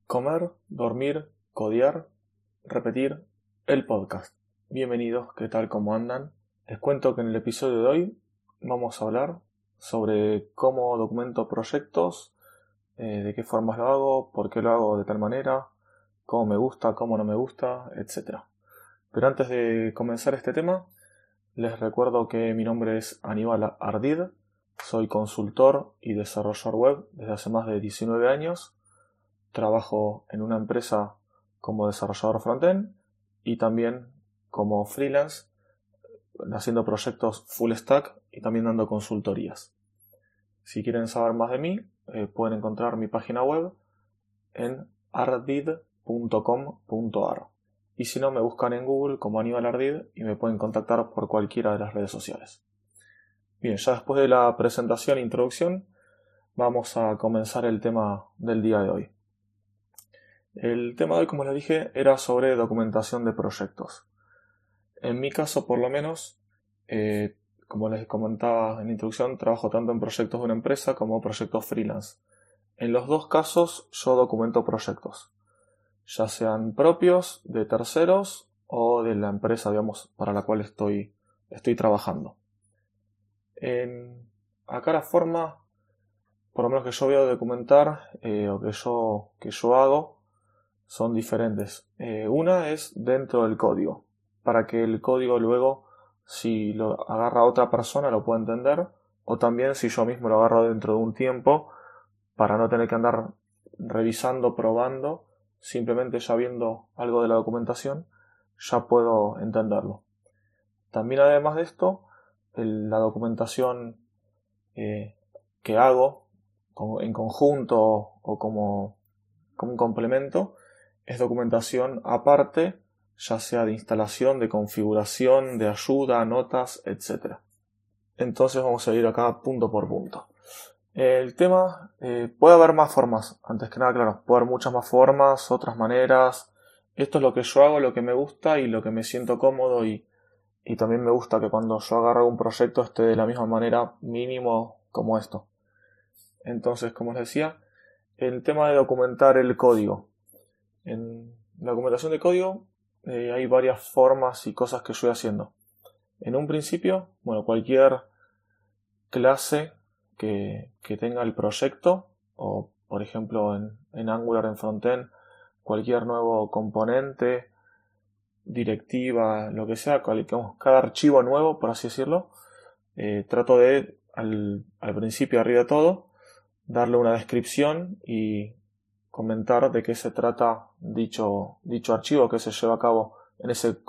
Comer, dormir, codear, repetir, el podcast. Bienvenidos, ¿qué tal? ¿Cómo andan? Les cuento que en el episodio de hoy vamos a hablar sobre cómo documento proyectos, de qué formas lo hago, por qué lo hago de tal manera, cómo me gusta, cómo no me gusta, etc. Pero antes de comenzar este tema, les recuerdo que mi nombre es Aníbal Ardid, soy consultor y desarrollador web desde hace más de 19 años. Trabajo en una empresa como desarrollador frontend y también como freelance, haciendo proyectos full stack y también dando consultorías. Si quieren saber más de mí, pueden encontrar mi página web en ardid.com.ar. Y si no, me buscan en Google como Aníbal Ardid y me pueden contactar por cualquiera de las redes sociales. Bien, ya después de la presentación e introducción, vamos a comenzar el tema del día de hoy. El tema de hoy, como les dije, era sobre documentación de proyectos. En mi caso, por lo menos, como les comentaba en la introducción, trabajo tanto en proyectos de una empresa como proyectos freelance. En los dos casos, yo documento proyectos, ya sean propios, de terceros o de la empresa, digamos, para la cual estoy trabajando. Acá la forma, por lo menos que yo voy a documentar, o que yo hago, son diferentes. Una es dentro del código, para que el código luego, si lo agarra otra persona, lo pueda entender, o también si yo mismo lo agarro dentro de un tiempo, para no tener que andar revisando, probando, simplemente ya viendo algo de la documentación, ya puedo entenderlo. También además de esto, la documentación que hago en conjunto o como un complemento, es documentación aparte, ya sea de instalación, de configuración, de ayuda, notas, etc. Entonces vamos a ir acá punto por punto. El tema, puede haber más formas, antes que nada, claro, puede haber muchas más formas, otras maneras. Esto es lo que yo hago, lo que me gusta y lo que me siento cómodo y también me gusta que cuando yo agarro un proyecto esté de la misma manera, mínimo como esto. Entonces, como les decía, el tema de documentar el código. En la documentación de código hay varias formas y cosas que yo voy haciendo. En un principio, cualquier clase que tenga el proyecto, o por ejemplo en Angular, en frontend, cualquier nuevo componente, directiva, lo que sea, cada archivo nuevo, por así decirlo, trato de al principio, arriba de todo, darle una descripción y comentar de qué se trata dicho archivo que se lleva a cabo en ese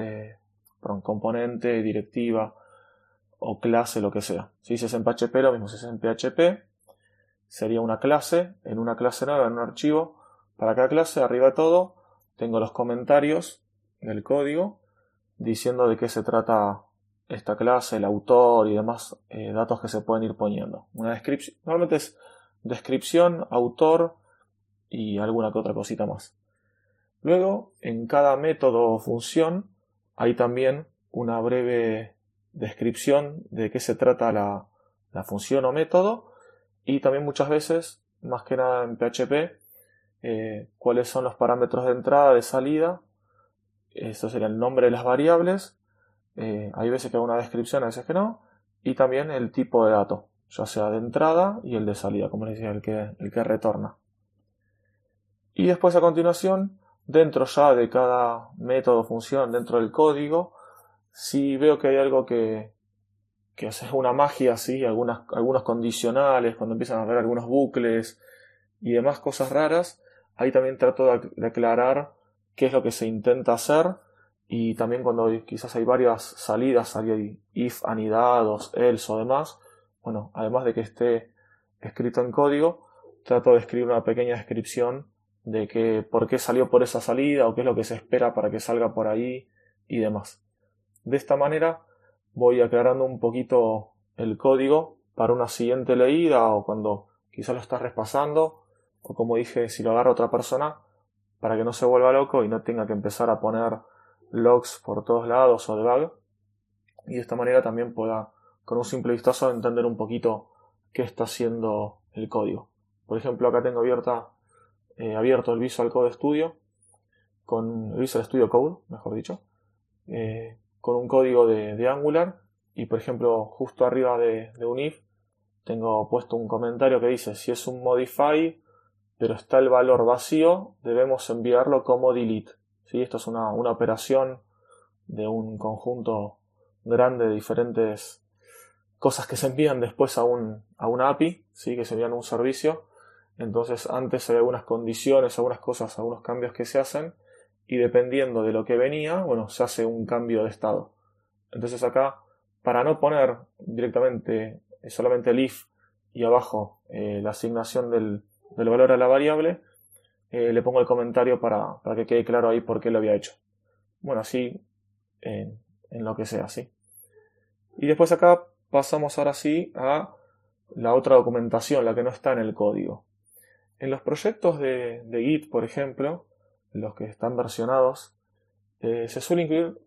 componente, directiva o clase, lo que sea. Si es en PHP, lo mismo. Si es en PHP, sería una clase, en una clase nueva, en un archivo. Para cada clase, arriba de todo, tengo los comentarios del código diciendo de qué se trata esta clase, el autor y demás datos que se pueden ir poniendo. Una descripción, normalmente es descripción, autor y alguna que otra cosita más. Luego, en cada método o función hay también una breve descripción de qué se trata la función o método y también muchas veces, más que nada en PHP, cuáles son los parámetros de entrada, de salida. Esto sería el nombre de las variables. Hay veces que hago una descripción, a veces que no. Y también el tipo de dato, ya sea de entrada y el de salida, como les decía, el que retorna. Y después a continuación, dentro ya de cada método o función, dentro del código, si veo que hay algo que hace una magia así, algunos condicionales, cuando empiezan a ver algunos bucles y demás cosas raras, ahí también trato de aclarar qué es lo que se intenta hacer. Y también cuando quizás hay varias salidas, hay if, anidados, else o demás, además de que esté escrito en código, trato de escribir una pequeña descripción de por qué salió por esa salida o qué es lo que se espera para que salga por ahí y demás. De esta manera voy aclarando un poquito el código para una siguiente leída o cuando quizás lo estás repasando o como dije, si lo agarra otra persona, para que no se vuelva loco y no tenga que empezar a poner logs por todos lados o debug, y de esta manera también pueda con un simple vistazo entender un poquito qué está haciendo el código. Por ejemplo, acá tengo abierta abierto el Visual Code Studio, con el Visual Studio Code, mejor dicho, con un código de Angular, y por ejemplo justo arriba de un if tengo puesto un comentario que dice: si es un modify pero está el valor vacío, debemos enviarlo como delete. ¿Sí? Esto es una operación de un conjunto grande de diferentes cosas que se envían después a una API, ¿sí? Que se envían a un servicio. Entonces antes hay algunas condiciones, algunas cosas, algunos cambios que se hacen, y dependiendo de lo que venía, bueno, se hace un cambio de estado. Entonces acá, para no poner directamente solamente el if y abajo la asignación del valor a la variable, le pongo el comentario para que quede claro ahí por qué lo había hecho. Bueno, así en lo que sea, ¿sí? Y después acá pasamos ahora sí a la otra documentación, la que no está en el código. En los proyectos de Git, por ejemplo, los que están versionados, se suele incluir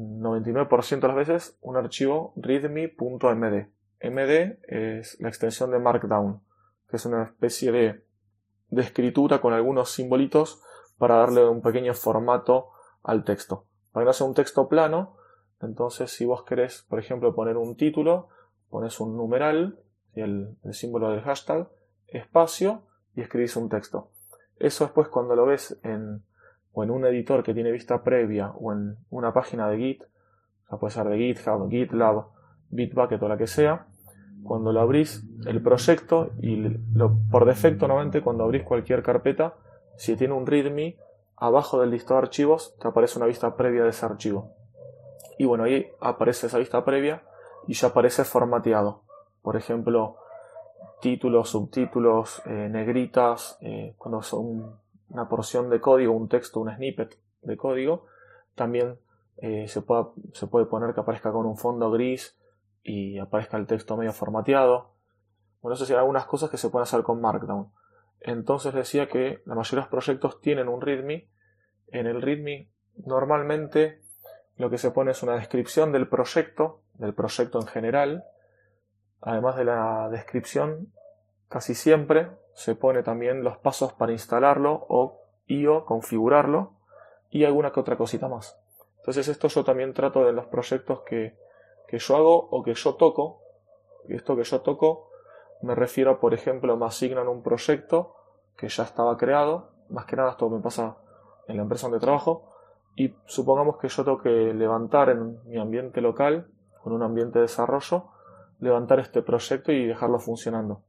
99% de las veces un archivo readme.md. MD es la extensión de Markdown, que es una especie de escritura con algunos simbolitos para darle un pequeño formato al texto. Para que no sea un texto plano, entonces si vos querés, por ejemplo, poner un título, pones un numeral, el símbolo del hashtag, espacio, y escribís un texto. Eso después, cuando lo ves en un editor que tiene vista previa o en una página de Git, o sea, puede ser de GitHub, GitLab, Bitbucket o la que sea, cuando lo abrís el proyecto, y por defecto normalmente cuando abrís cualquier carpeta, si tiene un readme, abajo del listado de archivos te aparece una vista previa de ese archivo. Y bueno, ahí aparece esa vista previa y ya aparece formateado. Por ejemplo, títulos, subtítulos, negritas, cuando son una porción de código, un texto, un snippet de código, también se puede poner que aparezca con un fondo gris y aparezca el texto medio formateado. Bueno, eso sí, hay algunas cosas que se pueden hacer con Markdown. Entonces decía que la mayoría de los proyectos tienen un README. En el README normalmente lo que se pone es una descripción del proyecto en general. Además de la descripción, casi siempre se pone también los pasos para instalarlo o configurarlo, y alguna que otra cosita más. Entonces esto yo también trato de los proyectos que yo hago o que yo toco. Y esto que yo toco me refiero, por ejemplo, me asignan un proyecto que ya estaba creado. Más que nada esto me pasa en la empresa donde trabajo, y supongamos que yo tengo que levantar en mi ambiente local, con un ambiente de desarrollo, levantar este proyecto y dejarlo funcionando.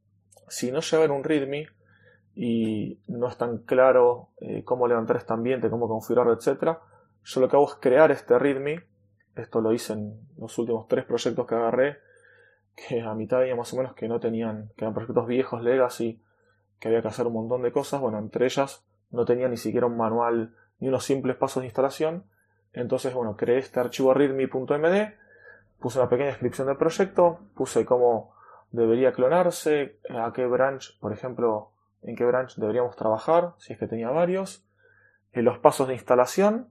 Si no lleva en un README y no es tan claro cómo levantar este ambiente, cómo configurarlo, etc., yo lo que hago es crear este README. Esto lo hice en los últimos 3 proyectos que agarré, que a mitad había más o menos que no tenían, que eran proyectos viejos, legacy, que había que hacer un montón de cosas. Bueno, entre ellas no tenía ni siquiera un manual ni unos simples pasos de instalación. Entonces, bueno, creé este archivo readme.md, puse una pequeña descripción del proyecto, puse cómo debería clonarse, a qué branch, por ejemplo, en qué branch deberíamos trabajar, si es que tenía varios, los pasos de instalación,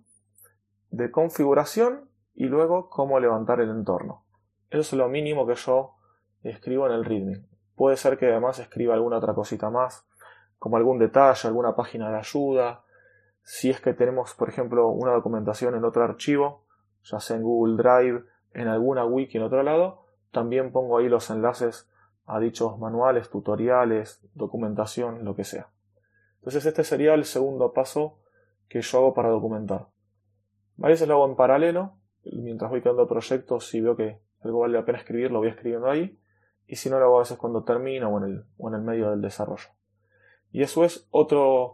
de configuración, y luego cómo levantar el entorno. Eso es lo mínimo que yo escribo en el README. Puede ser que además escriba alguna otra cosita más, como algún detalle, alguna página de ayuda. Si es que tenemos, por ejemplo, una documentación en otro archivo, ya sea en Google Drive, en alguna wiki en otro lado, también pongo ahí los enlaces a dichos manuales, tutoriales, documentación, lo que sea. Entonces este sería el segundo paso que yo hago para documentar. A veces lo hago en paralelo, mientras voy creando proyectos. Si veo que algo vale la pena escribir, lo voy escribiendo ahí, y si no, lo hago a veces cuando termino o en el medio del desarrollo. Y eso es otra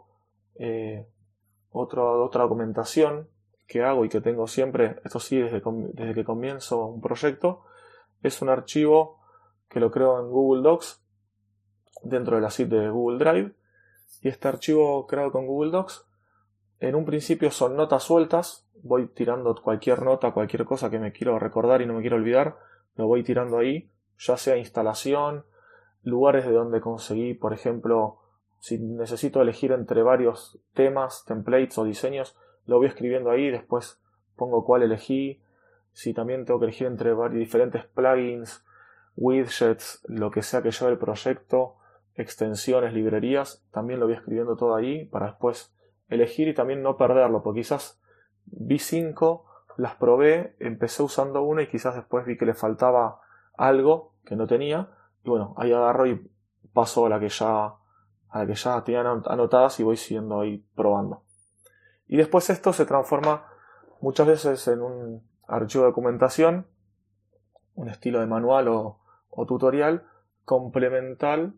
documentación que hago y que tengo siempre, esto sí, desde que comienzo un proyecto. Es un archivo que lo creo en Google Docs, dentro de la suite de Google Drive, y este archivo creado con Google Docs, en un principio son notas sueltas. Voy tirando cualquier nota, cualquier cosa que me quiero recordar y no me quiero olvidar, lo voy tirando ahí, ya sea instalación, lugares de donde conseguí, por ejemplo, si necesito elegir entre varios temas, templates o diseños, lo voy escribiendo ahí, después pongo cuál elegí. Si también tengo que elegir entre varios diferentes plugins, widgets, lo que sea que lleve el proyecto, extensiones, librerías, también lo voy escribiendo todo ahí para después elegir y también no perderlo, porque quizás vi 5, las probé, empecé usando una y quizás después vi que le faltaba algo que no tenía, y bueno, ahí agarro y paso a la que ya tenía anotadas y voy siguiendo ahí probando. Y después esto se transforma muchas veces en un archivo de documentación, un estilo de manual o tutorial complementario,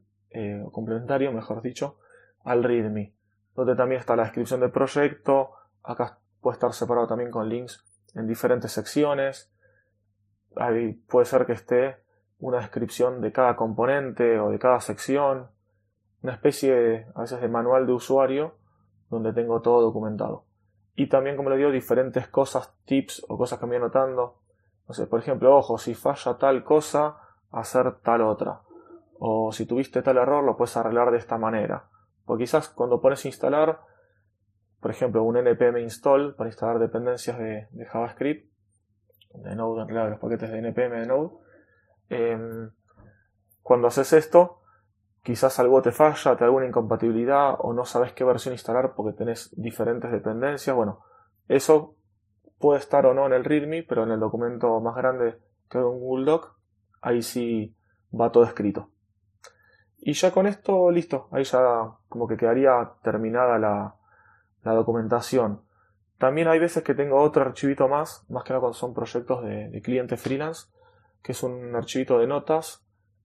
mejor dicho, al README, donde también está la descripción del proyecto. Acá puede estar separado también con links en diferentes secciones. Ahí puede ser que esté una descripción de cada componente o de cada sección, una especie a veces de manual de usuario donde tengo todo documentado. Y también, como le digo, diferentes cosas, tips o cosas que me voy anotando. No sé, por ejemplo, ojo, si falla tal cosa, hacer tal otra. O si tuviste tal error, lo puedes arreglar de esta manera. Porque quizás cuando pones a instalar, por ejemplo, un npm install para instalar dependencias de JavaScript, de Node, en realidad, los paquetes de npm de Node, cuando haces esto, quizás algo te falla, te da alguna incompatibilidad o no sabes qué versión instalar porque tenés diferentes dependencias. Bueno, eso puede estar o no en el README, pero en el documento más grande que es un Google Doc, ahí sí va todo escrito. Y ya con esto, listo, ahí ya como que quedaría terminada la documentación. También hay veces que tengo otro archivito más que nada cuando son proyectos de cliente freelance, que es un archivito de notas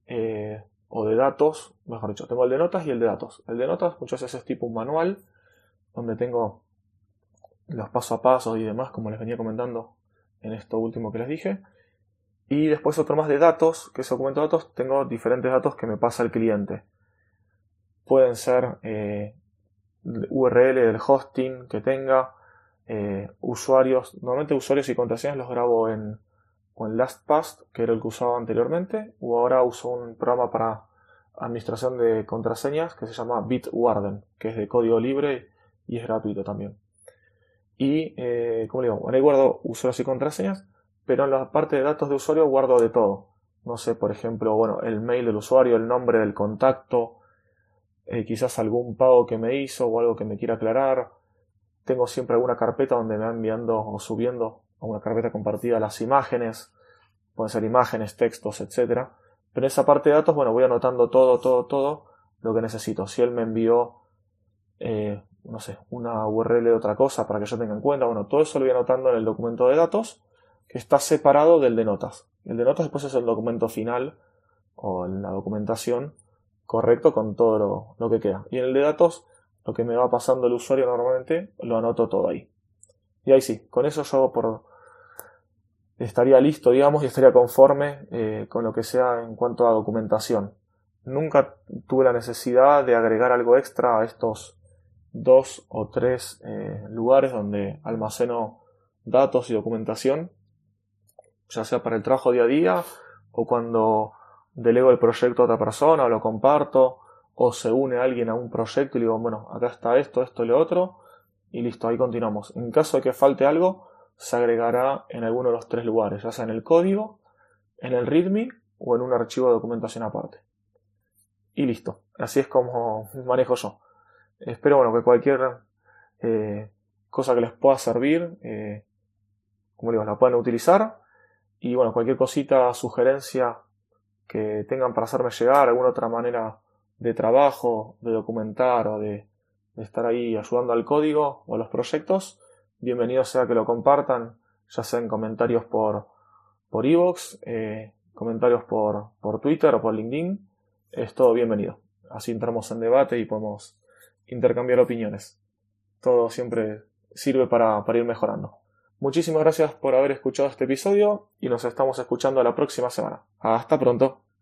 o de datos, mejor dicho, tengo el de notas y el de datos. El de notas muchas veces es tipo un manual, donde tengo los paso a paso y demás, como les venía comentando en esto último que les dije. Y después otro más de datos, que es documento de datos, tengo diferentes datos que me pasa el cliente. Pueden ser URL del hosting que tenga, usuarios, normalmente usuarios y contraseñas los grabo en LastPass, que era el que usaba anteriormente, o ahora uso un programa para administración de contraseñas que se llama Bitwarden, que es de código libre y es gratuito también. Y, como le digo, ahí guardo usuarios y contraseñas, pero en la parte de datos de usuario guardo de todo. No sé, por ejemplo, bueno, el mail del usuario, el nombre del contacto, quizás algún pago que me hizo o algo que me quiera aclarar. Tengo siempre alguna carpeta donde me va enviando o subiendo a una carpeta compartida las imágenes, pueden ser imágenes, textos, etc. Pero en esa parte de datos, bueno, voy anotando todo lo que necesito. Si él me envió, no sé, una URL de otra cosa para que yo tenga en cuenta, bueno, todo eso lo voy anotando en el documento de datos, que está separado del de notas. El de notas después es el documento final o la documentación correcto con todo lo que queda. Y en el de datos, lo que me va pasando el usuario normalmente, lo anoto todo ahí. Y ahí sí, con eso yo estaría listo, digamos, y estaría conforme con lo que sea en cuanto a documentación. Nunca tuve la necesidad de agregar algo extra a estos 2 o 3 lugares donde almaceno datos y documentación, ya sea para el trabajo día a día o cuando delego el proyecto a otra persona o lo comparto o se une alguien a un proyecto y le digo, bueno, acá está esto y lo otro y listo, ahí continuamos. En caso de que falte algo, se agregará en alguno de los 3 lugares, ya sea en el código, en el README o en un archivo de documentación aparte. Y listo, así es como manejo yo. Espero bueno, que cualquier cosa que les pueda servir, como digo, la puedan utilizar. Y bueno, cualquier cosita, sugerencia que tengan para hacerme llegar, alguna otra manera de trabajo, de documentar o de estar ahí ayudando al código o a los proyectos, bienvenido sea que lo compartan, ya sea en comentarios por iVoox, comentarios por Twitter o por LinkedIn, es todo bienvenido. Así entramos en debate y podemos intercambiar opiniones. Todo siempre sirve para ir mejorando. Muchísimas gracias por haber escuchado este episodio y nos estamos escuchando la próxima semana. Hasta pronto.